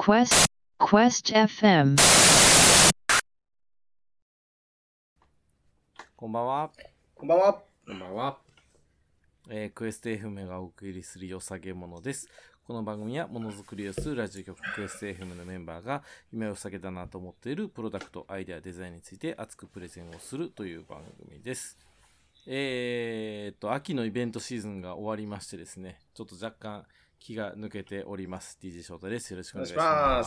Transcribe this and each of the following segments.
Quest FM。 こんばんは。 こんばんは。 こんばんは。 クエスト FM がお送りするよさげものです。この番組はものづくりをするラジオ局クエスト FM のメンバーが今よさげだなと思っているプロダクト、アイデア、デザインについて熱くプレゼンをするという番組です。秋のイベントシーズンが終わりましてですね、ちょっと若干気が抜けております。DJ ショートです。よろしくお願いします。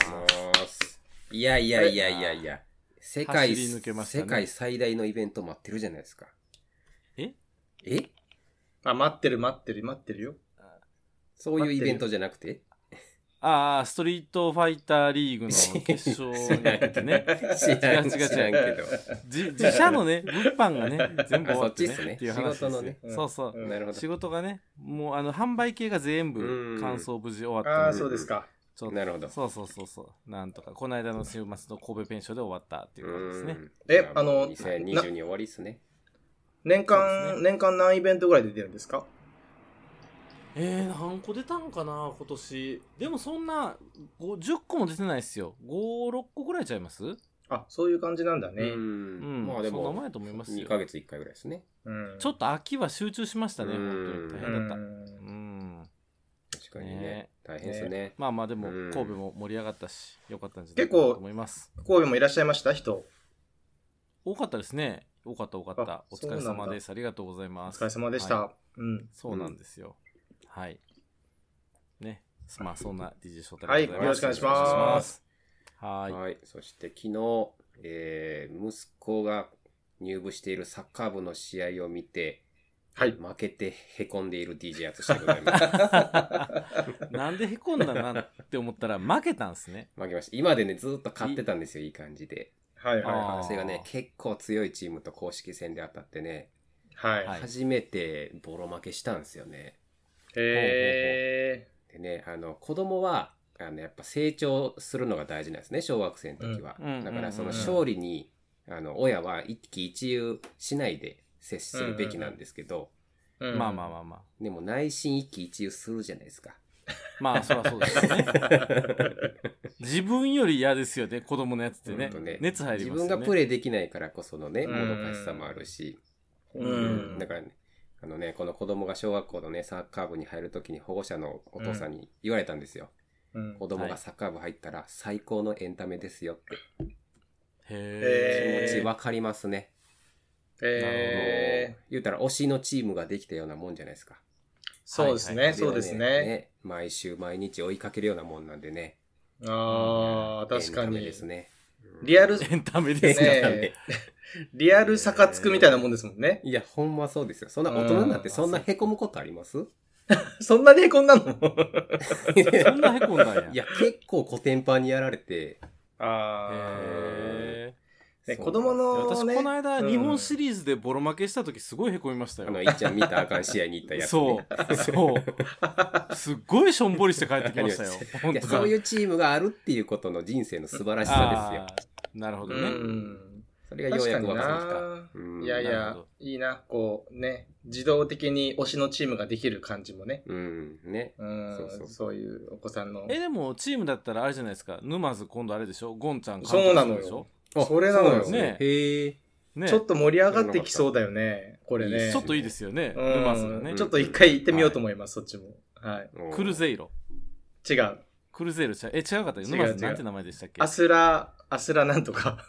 いや、世界走り抜けましたね。 世界最大のイベント待ってるじゃないですか。 え待ってるよ。 そういうイベントじゃなくてストリートファイターリーグの決勝に向けてね。 違うけど。 自社のね、物販がね、全部終わってね。 そっちっすね。 っていう話ですよ。 仕事のね。 そう。 なるほど。 仕事がね、もう販売系が全部完走無事終わったので。 そうですか。 なるほど。 そう。なんとか、この間の週末の神戸ペンションで終わったっていう感じですね。 2020に終わりっすね。 年間何イベントぐらい出てるんですか？ 何個出たんかな今年。でもそんな10個も出てないっすよ。5、6個ぐらいちゃいます？ そういう感じなんだね。 まあでもそんな前と思いますよ。 2ヶ月1回ぐらいですね。 ちょっと秋は集中しましたね。本当に大変だった。 確かにね。大変ですね。 まあでも神戸も盛り上がったし、よかったんじゃないかなと思います。 結構神戸もいらっしゃいました人？ 多かったですね。多かった。お疲れ様です。ありがとうございます。 お疲れ様でした。 そうなんですよ。はい。ね。まあそんな DJ ショートでございます。はい、よろしくお願いします。 はい。そして昨日、息子が入部しているサッカー部の試合を見て、負けて凹んでいる DJ 淳でございます。 なんで凹んだなって思ったら負けたんですね。 負けました。今でね、ずっと勝ってたんですよ、いい感じで。それがね、結構強いチームと公式戦で当たってね、初めてボロ負けしたんですよね。でね、子供はやっぱ成長するのが大事なんですね、小学生の時は。だからその勝利に親は一喜一憂しないで接するべきなんですけど、 まあでも内心一喜一憂するじゃないですか。 まあそりゃそうですよね。自分より嫌ですよね、子供のやつってね。熱入りますよね。 自分がプレイできないからこそのね、もどかしさもあるし。だからね、この子供が小学校のね、サッカー部に入るときに保護者のお父さんに言われたんですよ。子供がサッカー部入ったら最高のエンタメですよって。気持ちわかりますね。言うたら推しのチームができたようなもんじゃないですか。 そうですね、そうですね。 毎週毎日追いかけるようなもんなんでね。 確かに。 エンタメですね。 リアルエンタメですね。 リアルサカつくみたいなもんですもんね。 いや、ほんまそうですよ。そんな大人になってそんな凹むことあります？ そんなに凹んだの？ そんな凹んだんや。 いや、結構コテンパンにやられて。 子供の私この間日本シリーズでボロ負けした時すごい凹みましたよ。 いっちゃん見たあかん試合に行ったやつね。 そうすっごいしょんぼりして帰ってきましたよ。 いや、そういうチームがあるっていうことの人生の素晴らしさですよ。 なるほどね。 それがようやく分かってきた。 いやいいな、こうね、自動的に推しのチームができる感じもね。そういうお子さんの。 でもチームだったらあれじゃないですか。沼津今度あれでしょ。ゴンちゃんそうなのよ。それなのよね。 ちょっと盛り上がってきそうだよね、これね。 ちょっといいですよね、沼津がね。 ちょっと一回行ってみようと思います、そっちも。 クルゼイロ。 違う。 クルゼイロ違うかったよ。沼津なんて名前でしたっけ？ アスラなんとか。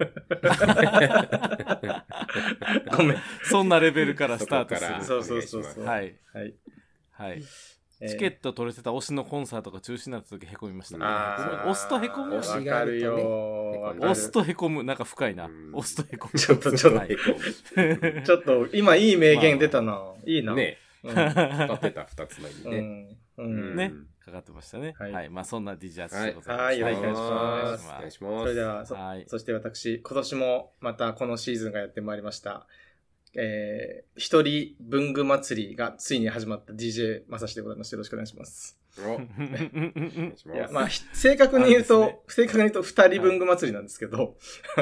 ごめん。 そんなレベルからスタートする。 そう。 はい。チケット取れてた推しのコンサートが中止になった時へこみましたね。推すとへこむ。 わかるよ。 推すとへこむ。なんか深いな。推すとへこむ。 ちょっと今いい名言出たな。いいな。 ね。かかってた2つの意味ね。 ね。かかってましたね。はい。まあそんな DJ アツでございます。 はい。よろしくお願いします。 お願いします。 それでは、そして私、今年もまたこのシーズンがやってまいりました。一人文具祭りがついに始まった DJ まさしでございます。よろしくお願いします。いや、まあ、正確に言うと二人文具祭りなんですけど、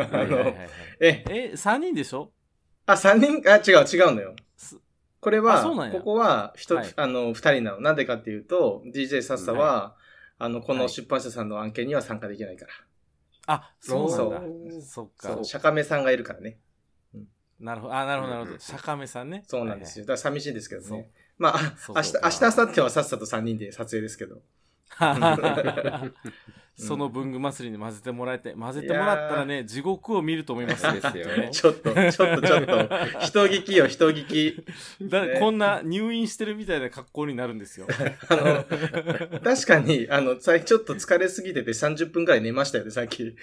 3人でしょ ？3人？違うのよ。これは、ここは二人なの。なんでかっていうと、DJ サッサは、 この出版社さんの案件には参加できないから。 あ、そうなんだ。そっか。 そう、釈迦目さんがいるからね。 なるほど。なるほど。釈迦目さんね。 そうなんですよ。だから寂しいですけどね。まあ、明日、明日、明後日はさっさと3人で撮影ですけど。 その文具祭りに混ぜてもらったらね、地獄を見ると思いますですよね。 ちょっと、人聞きよ、人聞き。 こんな入院してるみたいな格好になるんですよ。 確かに、ちょっと疲れすぎてて30分くらい寝ましたよね、さっき。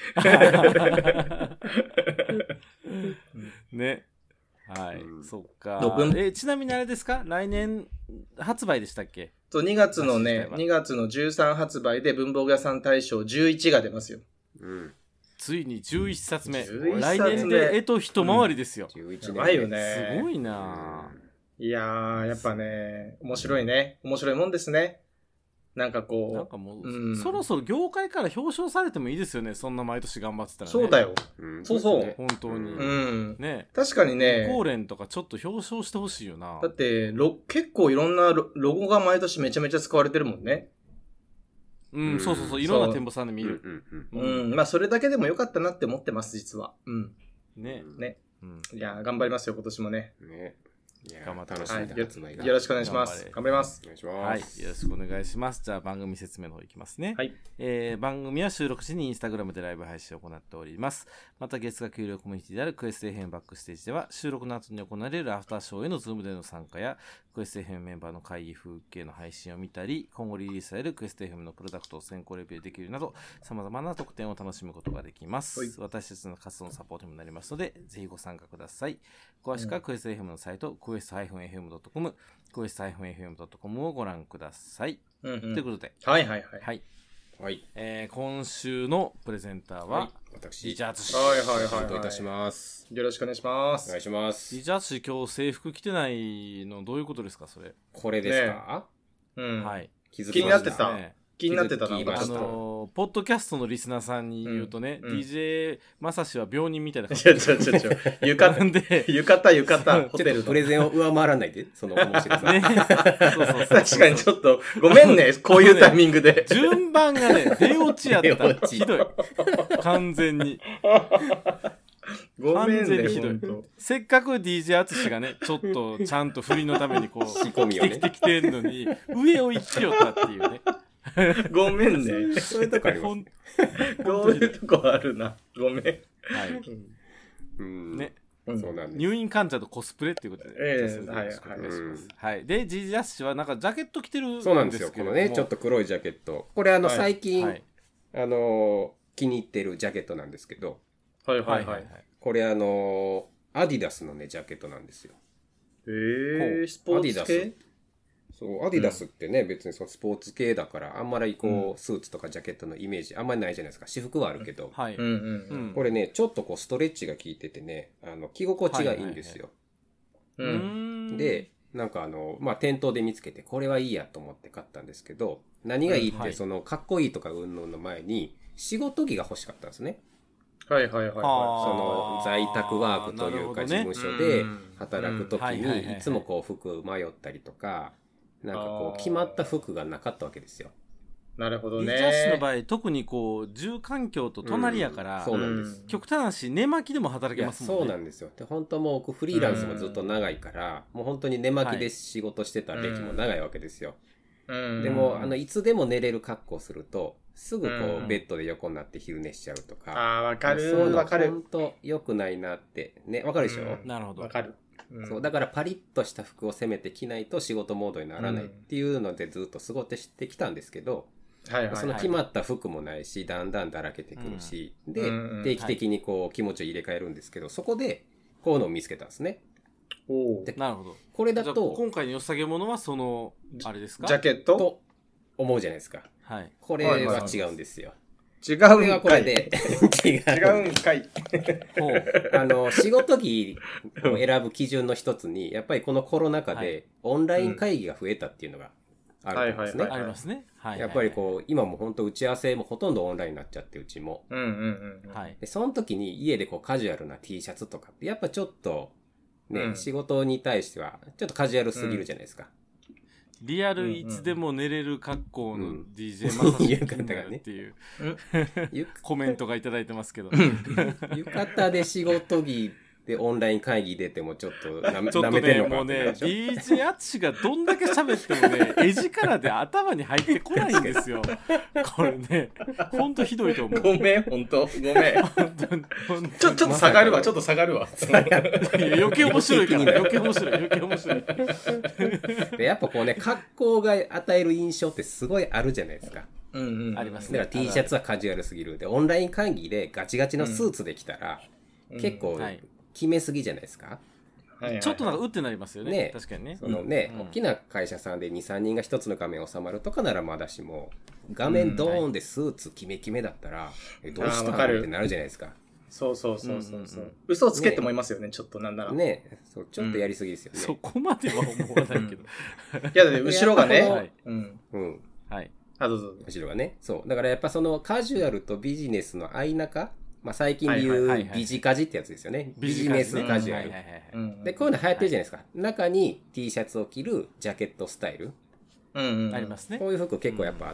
ね。はい。そっか。ちなみにあれですか？来年発売でしたっけ ？2月の13発売で文房具屋さん大賞11が出ますよ。 ついに11冊目。来年で一回りですよ。 11年。やばいよね。 すごいな。 いやー、やっぱね、面白いね。面白いもんですね。なんかこう。 なんかもう、そろそろ業界から表彰されてもいいですよね。そんな毎年頑張ってたらね。 そうだよ。そう。 本当に。ね。 確かにね。 高連とかちょっと表彰してほしいよな。 だって、結構いろんなロゴが毎年めちゃめちゃ使われてるもんね。 そう。いろんな店舗さんで見る。 まあ、それだけでもよかったなって思ってます、実は。 ね。 いや、頑張りますよ、今年もね。 頑張ってほしい。よろしくお願いします。頑張ります。 はい。よろしくお願いします。じゃあ番組説明の方いきますね。 はい。 番組は収録時にインスタグラムでライブ配信を行っております。また月額有料コミュニティであるクエスト FM バックステージでは収録の後に行われるアフターショーへのズームでの参加やクエスト FM メンバーの会議風景の配信を見たり、今後リリースされるクエスト FM のプロダクトを先行レビューできるなど様々な特典を楽しむことができます。私たちの活動のサポートにもなりますので、ぜひご参加ください。詳しくはクエスト FM のサイト、クエスト -fm.com、クエスト -fm.com をご覧ください。ということで。 はい。 今週のプレゼンターは、 私、 リチャード氏。 はい。いたします。 よろしくお願いします。 お願いします。 リチャード氏、今日制服着てないのどういうことですか、それ。 これですか？ はい。 気になってた。気になってたな。 ポッドキャストのリスナーさんに言うとね、DJ まさしは病人みたいな感じ。 浴衣、ホテルプレゼンを上回らないで、その面白さ。 ね。そう。 確かにちょっと、ごめんね、こういうタイミングで。 順番がね、出落ちやった。ひどい。完全に。 ごめんね、ひどい。 せっかく DJ アツシがね、ちょっとちゃんと振りのためにこう、 仕込みをね。 きてんのに、上を行きよったっていうね。 ごめんね。 そういうとこあります。 こういうとこあるな。ごめん。はい。 ね。 そうなんです。 入院患者とコスプレっていうことで。はい。で、ジジャッシュはなんかジャケット着てるんですけど。 そうなんですよ。このね、ちょっと黒いジャケット。これ最近、気に入ってるジャケットなんですけど。 はい。 これアディダスのね、ジャケットなんですよ。 スポーツ系？ そう、アディダスってね、別にそのスポーツ系だから、あんまりこう、スーツとかジャケットのイメージ、あんまりないじゃないですか。私服はあるけど。 はい。 これね、ちょっとこう、ストレッチが効いててね、着心地がいいんですよ。で、なんか店頭で見つけて、これはいいやと思って買ったんですけど、何がいいって、その、かっこいいとか云々の前に、仕事着が欲しかったんですね。 はい。 その在宅ワークというか事務所で働くときにいつもこう服迷ったりとか、なんかこう決まった服がなかったわけですよ。 なるほどね。 リチャーシの場合特にこう住環境と隣やから、 そうなんです。 極端な話寝巻きでも働けますもんね。 そうなんですよ。で本当もうフリーランスもずっと長いから、もう本当に寝巻きで仕事してた歴も長いわけですよ。でもいつでも寝れる格好をするとすぐこうベッドで横になって昼寝しちゃうとか。 わかる。わかる。 本当良くないなってね、わかるでしょ？ なるほど。 わかる。 そうだからパリッとした服を攻めて着ないと仕事モードにならないっていうのでずっと過ごしてきたんですけど、その決まった服もないし、だんだんだらけてくるし、で定期的にこう気持ちを入れ替えるんですけど、そこでこういうのを見つけたんですね。 なるほど。 これだと今回の良さげものはそのあれですか？ ジャケットと思うじゃないですか。 はい。 これは違うんですよ。 違うんかい。 違うんかい。 仕事着を選ぶ基準の一つに、やっぱりこのコロナ禍でオンライン会議が増えたっていうのがあるんですね。 ありますね。 やっぱりこう、今も本当打ち合わせもほとんどオンラインになっちゃって、うちも。で、その時に家でこうカジュアルな T シャツとかって、やっぱちょっとね、仕事に対してはちょっとカジュアルすぎるじゃないですか。 リアルいつでも寝れる格好の DJ まさしになるっていうコメントがいただいてますけど。 浴衣で仕事着でオンライン会議出てもちょっと舐めてるのかもうね DJ アツシがどんだけ喋ってもね絵力で頭に入ってこないんですよ。これねほんとひどいと思う。 ごめんほんとごめんちょっと下がるわちょっと下がるわ。 いや余計面白いから余計面白いでやっぱこうね格好が与える印象ってすごいあるじゃないですか。 ありますね。 だから T シャツはカジュアルすぎるでオンライン会議でガチガチのスーツできたら、結構決めすぎじゃないですか。 ちょっとなんかうってなりますよね。ね確かにね。 そのね、大きな会社さんで2、3人が1つの画面収まるとかならまだしも、画面ドーンでスーツキメキメだったら、どうしたのってなるじゃないですか。 そう。嘘をつけてもいますよね、ちょっとなんなら。 ね、そうちょっとやりすぎですよね。 そこまでは思わないけど。 いやだって後ろがね。 はい。 どうぞ。 後ろがね。そう。だからやっぱそのカジュアルとビジネスの相中、まあ最近で言うビジカジってやつですよね。ビジネスカジュアル。で、こういうの流行ってるじゃないですか。中に T シャツを着るジャケットスタイル。 ありますね。 こういう服結構やっぱあって、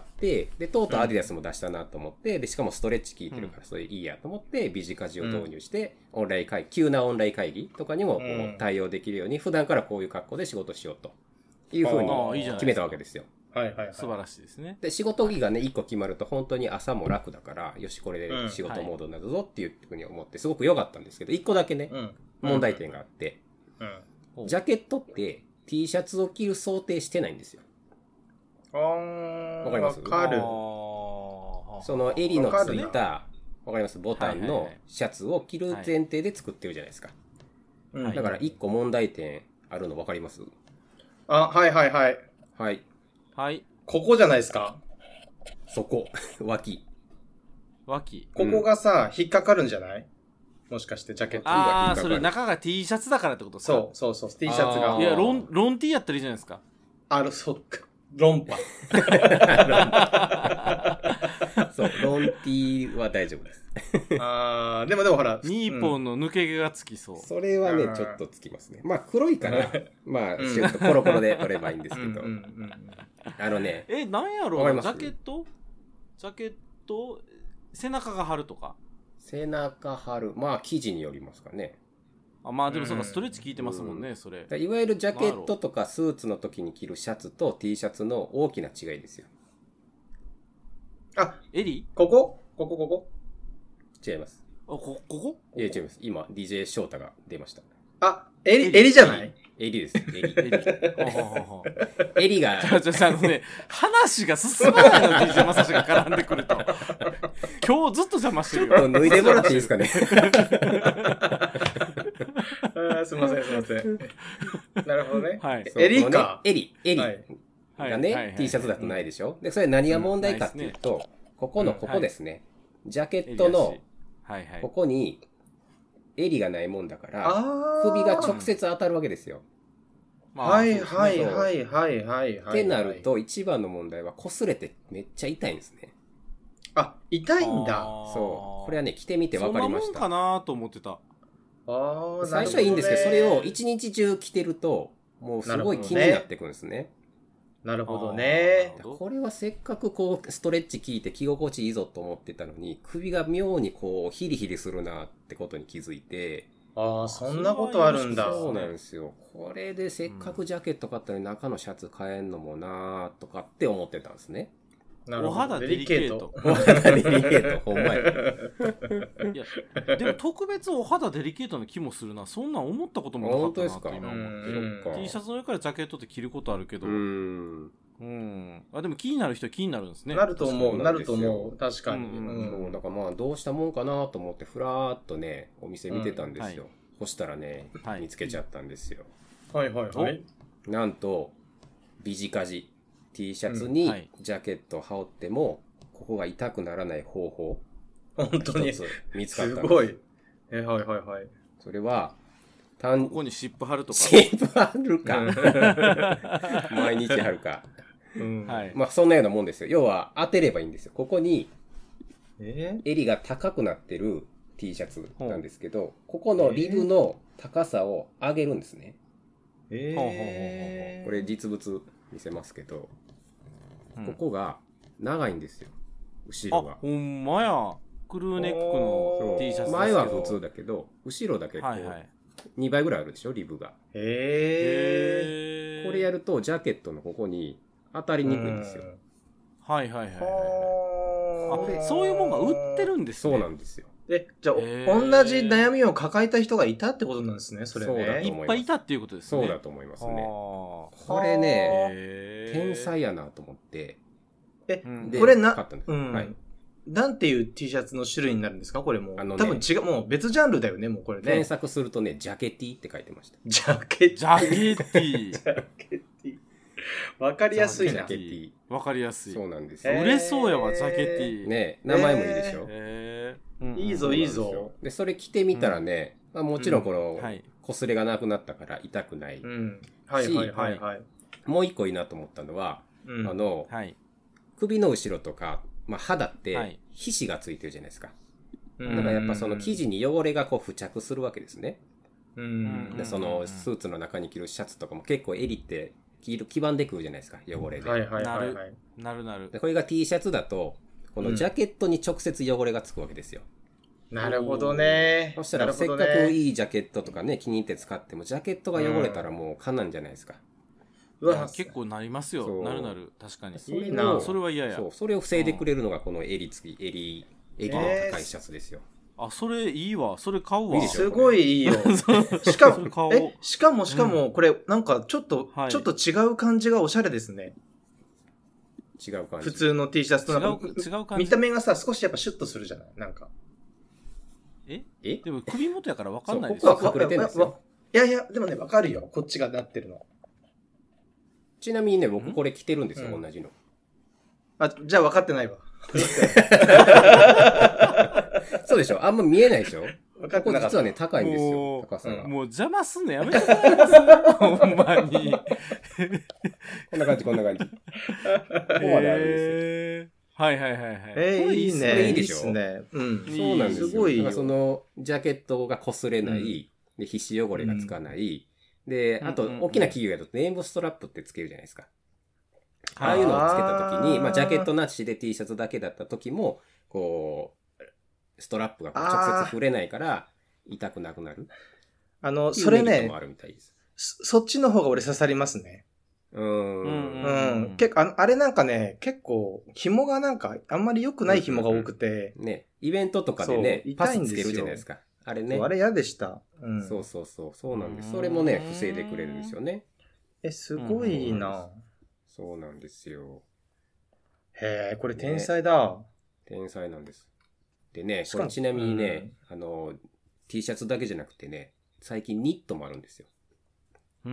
で、とうとうアディダスも出したなと思って、で、しかもストレッチ効いてるから、それいいやと思って、ビジカジを導入して、急なオンライン会議とかにもこう対応できるように、普段からこういう格好で仕事しようというふうに決めたわけですよ。 素晴らしいですね。 で、仕事着がね、1個決まると本当に朝も楽だから、よし、これで仕事モードになるぞっていうふうに思って、すごく良かったんですけど、1個だけね、問題点があって、ジャケットって T シャツを着る想定してないんですよ。わかります？ わかる。 その襟のついた、わかります？ボタンのシャツを着る前提で作ってるじゃないですか。だから1個問題点あるのわかります？ はい。 はい。 ここじゃないですか？ そこ。脇。 ここがさ、引っかかるんじゃない？もしかしてジャケットが。それ中が T シャツだからってことですか？ そう。T シャツが。 いや、ロン T やったらいいじゃないですか。 そっか。論破。 そう、ロン T は大丈夫です。 でもほら。 ニーポンの抜け毛がつきそう。 それはね、ちょっとつきますね。まあ、黒いから、まあ、ちょっとコロコロで取ればいいんですけど。 なんやろう、ジャケット背中が張るとか。 背中張る。まあ、生地によりますかね。 まあでもそうか、ストレッチ効いてますもんね、それ。 いわゆるジャケットとかスーツの時に着るシャツと T シャツの大きな違いですよ。 襟？ ここ違います。 ここ？ いや違います。今 DJ 翔太が出ました。 襟じゃない？ 襟です。襟が。 話が進まないの、DJ まさしが絡んでくると。今日ずっと邪魔してるよ。 脱いでもらっていいですかね。 すいません。なるほどね。 襟か。襟がね、T シャツだとないでしょ。で、それ何が問題かっていうと、ここですね。ジャケットの、ここに、襟がないもんだから、首が直接当たるわけですよ。ってなると、一番の問題は、擦れてめっちゃ痛いんですね。 痛いんだ。 そう。これはね、着てみて分かりました。 そんなもんかなと思ってた。 最初はいいんですけど、それを一日中着てると、もうすごい気になってくるんですね。 なるほどね。 これはせっかくこうストレッチ効いて着心地いいぞと思ってたのに、首が妙にこうヒリヒリするなってことに気づいて。 そんなことあるんだ。 そうなんですよ。これでせっかくジャケット買ったのに中のシャツ買えんのもなとかって思ってたんですね。 お肌デリケート。 お肌デリケート。ほんまや。 いや、でも特別お肌デリケートな気もするな。そんなん思ったこともなかったなって今思って。T シャツの上からジャケットって着ることあるけど。でも気になる人は気になるんですね。 なると思う。確かに。 そう、だからまあどうしたもんかなと思ってふらーっとね、お店見てたんですよ。そしたらね、見つけちゃったんですよ。なんと、ビジカジ。T シャツにジャケットを羽織っても、ここが痛くならない方法。 本当に。 見つかったんです。 すごい。 それは、 ここに湿布貼るとか。 湿布貼るか。毎日貼るか。まあ、そんなようなもんですよ。要は、当てればいいんですよ。ここに、襟が高くなってる T シャツなんですけど、ここのリブの高さを上げるんですね。これ実物見せますけど、ここが長いんですよ、後ろが。 ほんまや。クルーネックの T シャツですけど、 前は普通だけど後ろだけこう2倍ぐらいあるでしょ、リブが。これやるとジャケットのここに当たりにくいんですよ。 はいはいはいはい。そういうもんが売ってるんですね。 そうなんですよ。 じゃあ、同じ悩みを抱えた人がいたってことなんですね、それね。 そうだと思います。 いっぱいいたっていうことですね。 そうだと思いますね。これね、天才やなと思って。 これなんていう T シャツの種類になるんですかこれも。多分違う、もう別ジャンルだよね、もうこれね。 検索するとね、ジャケティって書いてました。 ジャケティわかりやすいな。 ジャケティ。 わかりやすい。 そうなんですよ。 売れそうやわ、ジャケティ。 ね、名前もいいでしょ。 いいぞ、いいぞ。 で、それ着てみたらね、もちろんこの、擦れがなくなったから痛くない。 はいはいはいはい。 もう一個いいなと思ったのは、首の後ろとか、肌って皮脂がついてるじゃないですか。だからやっぱその生地に汚れがこう付着するわけですね。でそのスーツの中に着るシャツとかも結構襟って黄ばんでくるじゃないですか、汚れで。 なる。 でこれが T シャツだとこのジャケットに直接汚れがつくわけですよ。 なるほどね。 そしたらせっかくいいジャケットとかね気に入って使ってもジャケットが汚れたらもうかなんじゃないですか。 結構なりますよ。なる確かに。 いいな。 それは嫌や。 それを防いでくれるのがこの襟の高いシャツですよ。 それいいわ。それ買うわ。 すごいいいよ。しかもこれなんかちょっと違う感じがおしゃれですね。 違う感じ。 普通の T シャツとなんか違う感じ。 見た目がさ少しやっぱシュッとするじゃない、なんか。 でも首元やから分かんないですよ。 ここは隠れてるんですよ。 いやでもね分かるよ、こっちがなってるの。 ちなみにね、僕これ着てるんですよ、同じの。 じゃあ分かってないわ。 そうでしょ、あんま見えないでしょ。 分かってなかった。 実はね、高いんですよ、高さが。 もう邪魔すんのやめてください。ほんまに。 こんな感じ。ここまであるんですよ。 はい。 これいいね。 これいいでしょ。 そうなんですよ。 すごいよ。 そのジャケットが擦れない、で皮脂汚れがつかない。で、あと、大きな企業だとネームストラップってつけるじゃないですか。ああいうのをつけたときに、ジャケットなしで T シャツだけだったときも、こう、ストラップが直接触れないから、痛くなくなる。 それね、 もあるみたいです。 そっちの方が俺刺さりますね。結構、あれなんかね、結構、紐がなんか、あんまり良くない紐が多くて。 ね、イベントとかでね、パスつけるじゃないですか。あれね。 あれ嫌でした。 そうなんです。それもね、防いでくれるんですよね。 すごいいいな。 そうなんですよ。 へえ、これ天才だ。 天才なんです。でね、これちなみにね、T シャツだけじゃなくてね、最近ニットもあるんですよ。こ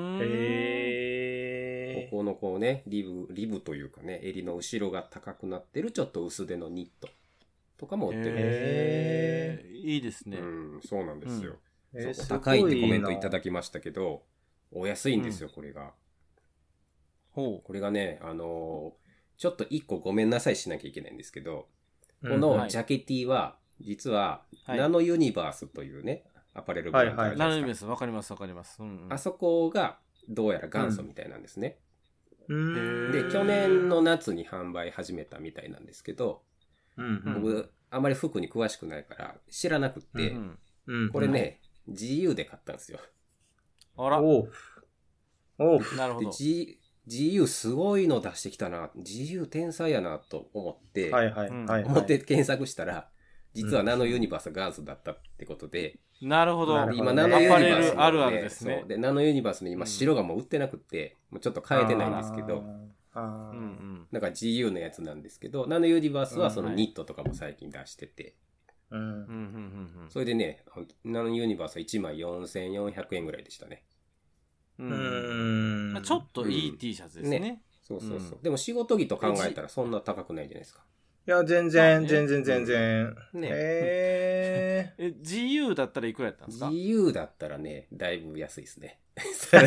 このこうね、リブというかね、襟の後ろが高くなってるちょっと薄手のニットとかも売ってるんですよ。 いいですね。 そうなんですよ。お高いってコメントいただきましたけど、お安いんですよ、これが。これがね、ちょっと一個ごめんなさいしなきゃいけないんですけど、このジャケティは、実は、ナノユニバースというね、アパレルブランドがあるじゃないですか。 わかります。 あそこが、どうやら元祖みたいなんですね。で、去年の夏に販売始めたみたいなんですけど、僕、あまり服に詳しくないから知らなくて、これね、GU で買ったんですよ。 あら。なるほど。 GU すごいの出してきたな。GU 天才やなと思って、思って検索したら、実はナノユニバースが元祖だったってことで、 なるほど。 今ナノユニバースあるあるですね。 で、ナノユニバースの今白がもう売ってなくて、もうちょっと変えてないんですけど、だから GU のやつなんですけど、ナノユニバースはそのニットとかも最近出してて、それでね、ナノユニバースは1枚4400円ぐらいでしたね。 ちょっといい T シャツですね。 そう。でも仕事着と考えたらそんな高くないじゃないですか。 いや、全然。 GU だったらいくらやったんですか？ GU だったらね、だいぶ安いですね。 3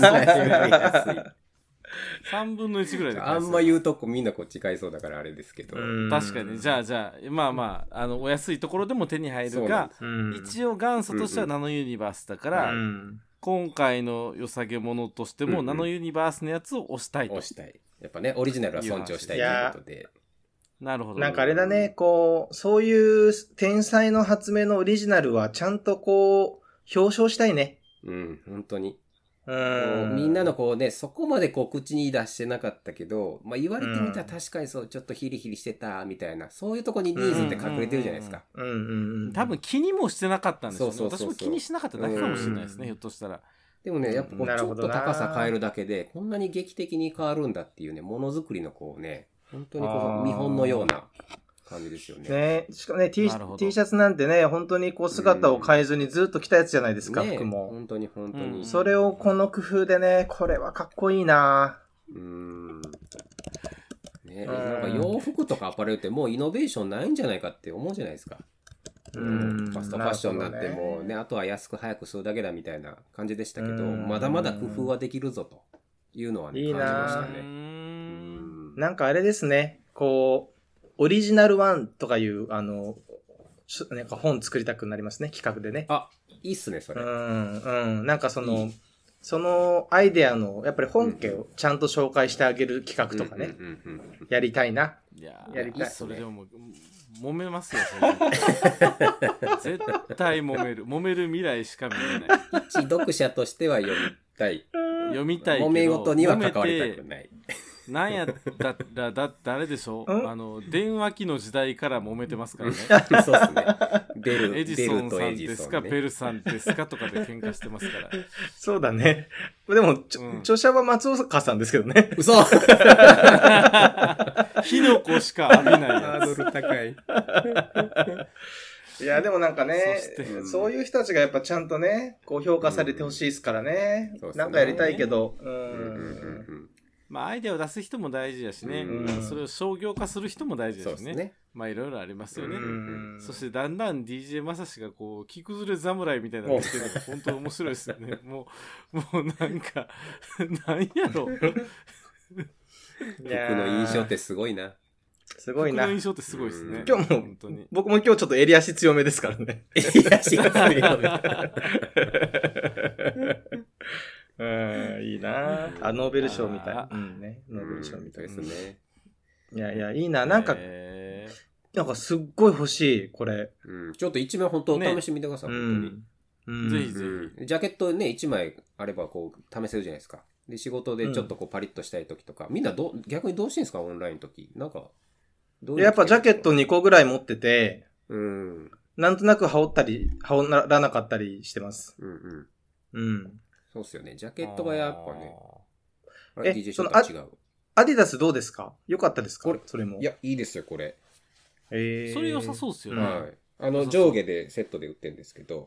分の1ぐらいであんま言うとこみんなこっち買いそうだからあれですけど。 確かに。じゃあ、お安いところでも手に入るが、一応元祖としてはナノユニバースだから、 今回の良さげものとしても、ナノユニバースのやつを推したいと。 推したい。やっぱね、オリジナルは尊重したいということで。 なるほど。 なんかあれだね、こう、そういう天才の発明のオリジナルはちゃんとこう、表彰したいね。 本当に。みんなのこうね、そこまでこう口に出してなかったけど、まあ言われてみたら確かにそう、ちょっとヒリヒリしてた、みたいな、そういうとこにニーズって隠れてるじゃないですか。 多分気にもしてなかったんですよね。私も気にしなかっただけかもしれないですね、ひょっとしたら。 でもね、やっぱこうちょっと高さ変えるだけで、こんなに劇的に変わるんだっていうね、ものづくりのこうね、本当にこう見本のような感じですよね。 ね、しかもね、T シャツなんてね、本当にこう姿を変えずにずっと着たやつじゃないですか、服も。 本当に本当に。 それをこの工夫でね、これはかっこいいなね、なんか洋服とかアパレルってもうイノベーションないんじゃないかって思うじゃないですか。ファストファッションになってもうね、あとは安く早くするだけだみたいな感じでしたけど、まだまだ工夫はできるぞというのはね、感じましたね。 なんかあれですね、こう、オリジナルワンとかいう、なんか本作りたくなりますね、企画でね。 あ、いいっすね、それ。 なんかそのアイデアの、やっぱり本家をちゃんと紹介してあげる企画とかね、やりたいな。 やりたい。それでも、揉めますよ、絶対揉める未来しか見えない。 一読者としては読みたいけど、 揉め事には関わりたくない。 なんやったら誰でしょう、電話機の時代から揉めてますからね。 そうですね。 エジソンさんですか、ベルさんですかとかで喧嘩してますから。 そうだね。でも、著者は松岡さんですけどね。 嘘火の粉しか浴びないやつ。 ハードル高い。 いや、でもなんかね、そういう人たちがやっぱちゃんとね、こう評価されてほしいですからね。なんかやりたいけど。 まあ、アイデアを出す人も大事だしね、それを商業化する人も大事だしね。まあ、いろいろありますよね。そしてだんだん DJ まさしがこう、木崩れ侍みたいになってきてるのが本当面白いですよね。もうなんか、なんやろ。 僕の印象ってすごいな。 すごいな。 僕の印象ってすごいですね。 今日も、本当に僕も今日ちょっと襟足強めですからね。 襟足が強め。 いいなぁ。ノーベル賞みたい。ノーベル賞みたいですね。いや、いいな。なんかすっごい欲しい、これ。 ちょっと一枚本当試してみてください、本当に。ぜひぜひ。ジャケットね、一枚あればこう、試せるじゃないですか。で、仕事でちょっとこう、パリッとしたい時とか、みんな逆にどうしてんですか、オンラインの時。なんか、 やっぱジャケット2個ぐらい持ってて、なんとなく羽織らなかったりしてます。 そうっすよね。ジャケットがやっぱね。DJ その違う。アディダスどうですか？良かったですか？それも。 いや、いいですよ、これ。 それ良さそうっすよね。 はい。上下でセットで売ってるんですけど。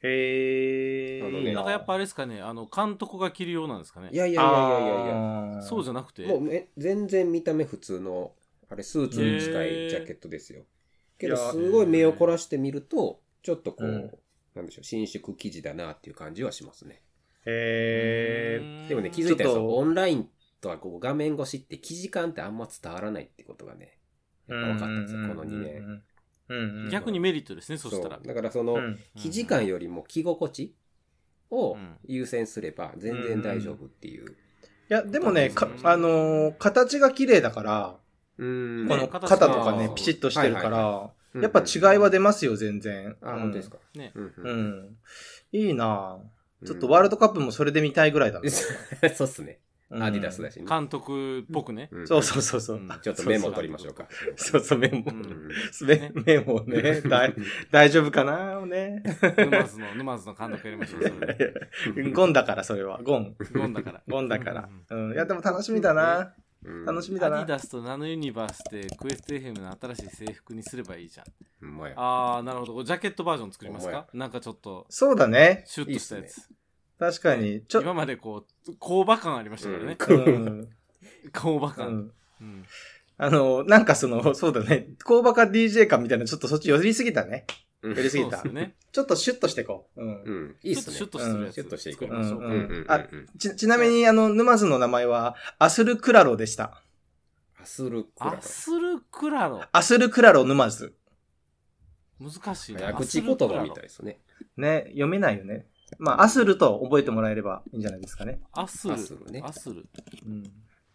なんかやっぱあれですかね、監督が着るようなんですかね。 いや。 そうじゃなくて。 もう全然見た目普通の、あれ、スーツに近いジャケットですよ。けど、すごい目を凝らしてみると、ちょっとこう、なんでしょう、伸縮生地だなっていう感じはしますね。でもね、気づいたんですよ。オンラインとはこう画面越しって生地感ってあんま伝わらないってことがね、やっぱ分かったんですよ、この2 年。逆にメリットですね、そしたら。 だからその、生地感よりも着心地を優先すれば全然大丈夫っていう。 いや、でもね、形が綺麗だから、この肩とかね、ピシッとしてるから、やっぱ違いは出ますよ、全然。 本当ですか。 ね。 いいなぁ。ちょっとワールドカップもそれで見たいぐらいだね。 そうっすね。アディダスだしね。 監督っぽくね。 そう。ちょっとメモ取りましょうか。 メモね。大丈夫かなね。 沼津の監督やりましょう。 ゴンだから、それは。ゴンだから。いや、でも楽しみだな。楽しみだな。 アディダスとナノユニバースってクエスト FM の新しい制服にすればいいじゃん。なるほど。ジャケットバージョン作りますか？なんかちょっと。 そうだね。 シュッとしたやつ。 確かに。 今までこう、工場感ありましたからね。工場感。 なんかそうだね。工場か DJ かみたいな、ちょっとそっち寄りすぎたね。寄りすぎた。ちょっとシュッとしていこう。 いいっすね。 シュッとするやつ。 シュッとしていこう。ちなみに、沼津の名前は、アスルクラロでした。 アスルクラロ。 アスルクラロ沼津。 難しいね。 口言葉みたいですね。 ね、読めないよね。 まあ、アスルと覚えてもらえればいいんじゃないですかね。 アスルね。アスル。うん。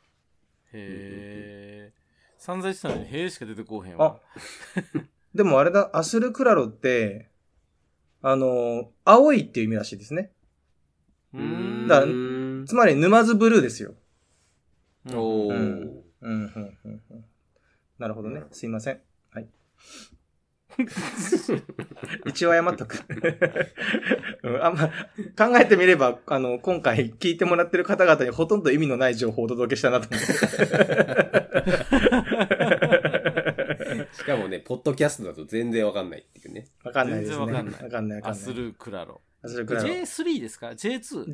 へー。散々したのに、へーしか出てこうへんわ。 でもあれだ、アスルクラロって、青いっていう意味らしいですね。だからつまり、沼津ブルーですよ。おー。なるほどね。すいません。はい。一応謝っとく。あんま、考えてみれば、今回聞いてもらってる方々にほとんど意味のない情報をお届けしたなと思って。 しかもね、ポッドキャストだと全然わかんないっていうね。 わかんないですね。わかんない。アスルクラロ。 J3 ですか ?J2?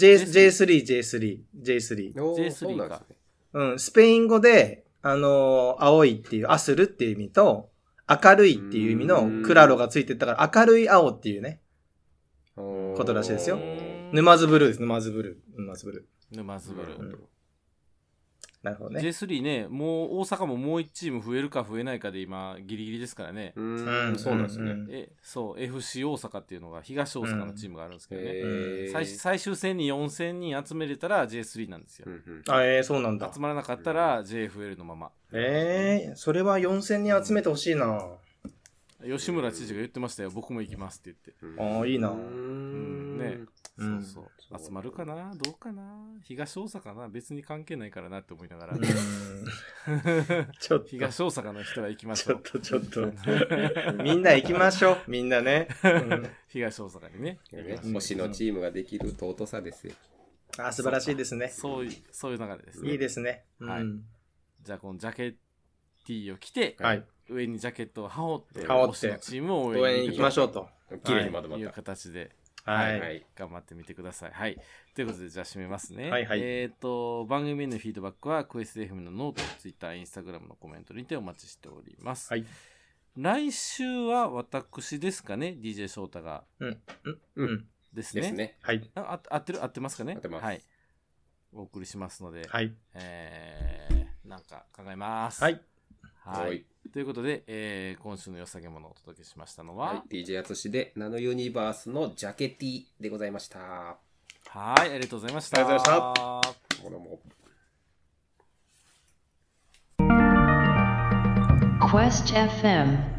J3 か。うん、スペイン語で、青いっていう、アスルっていう意味と、明るいっていう意味のクラロがついてたから、明るい青っていうね、ことらしいですよ。沼津ブルーです、沼津ブルー。なるほどね。 J3 ね、もう大阪ももう1チーム増えるか増えないかで今ギリギリですからね。 そうなんですね。 そう、FC 大阪っていうのが東大阪のチームがあるんですけどね。最終戦に4000人集めれたら J3 なんですよ。 そうなんだ。 集まらなかったら JFL のまま。 それは4000人集めてほしいな。 吉村知事が言ってましたよ。僕も行きますって言って。いいな。 ね。そう。集まるかなどうかな東大阪な別に関係ないからなって思いながら。 ちょっと。 東大阪の人は行きましょう。ちょっと。みんな行きましょう。みんなね。 東大阪にね。 星のチームができる尊さですよ。 素晴らしいですね。 そういう流れですね。 いいですね。 はい。じゃあこのジャケッティーを着て、上にジャケットを羽織って、 星のチームを応援に行きましょうと。 綺麗にまとまった。 いう形で。はい。頑張ってみてください。はい。ということで、じゃあ締めますね。番組へのフィードバックは、クエスト FM のノート、ツイッター、インスタグラムのコメントにてお待ちしております。はい。来週は私ですかね、DJ 翔太が。ですね。ですね。はい。合ってますかね。 合ってます。 はい。お送りしますので。 はい。 なんか考えます。 はい。 はい。ということで、今週の良さげものをお届けしましたのは、 DJ 淳でナノユニバースのジャケティでございました。はい、 ありがとうございました。 ありがとうございました。 これも。 Quest FM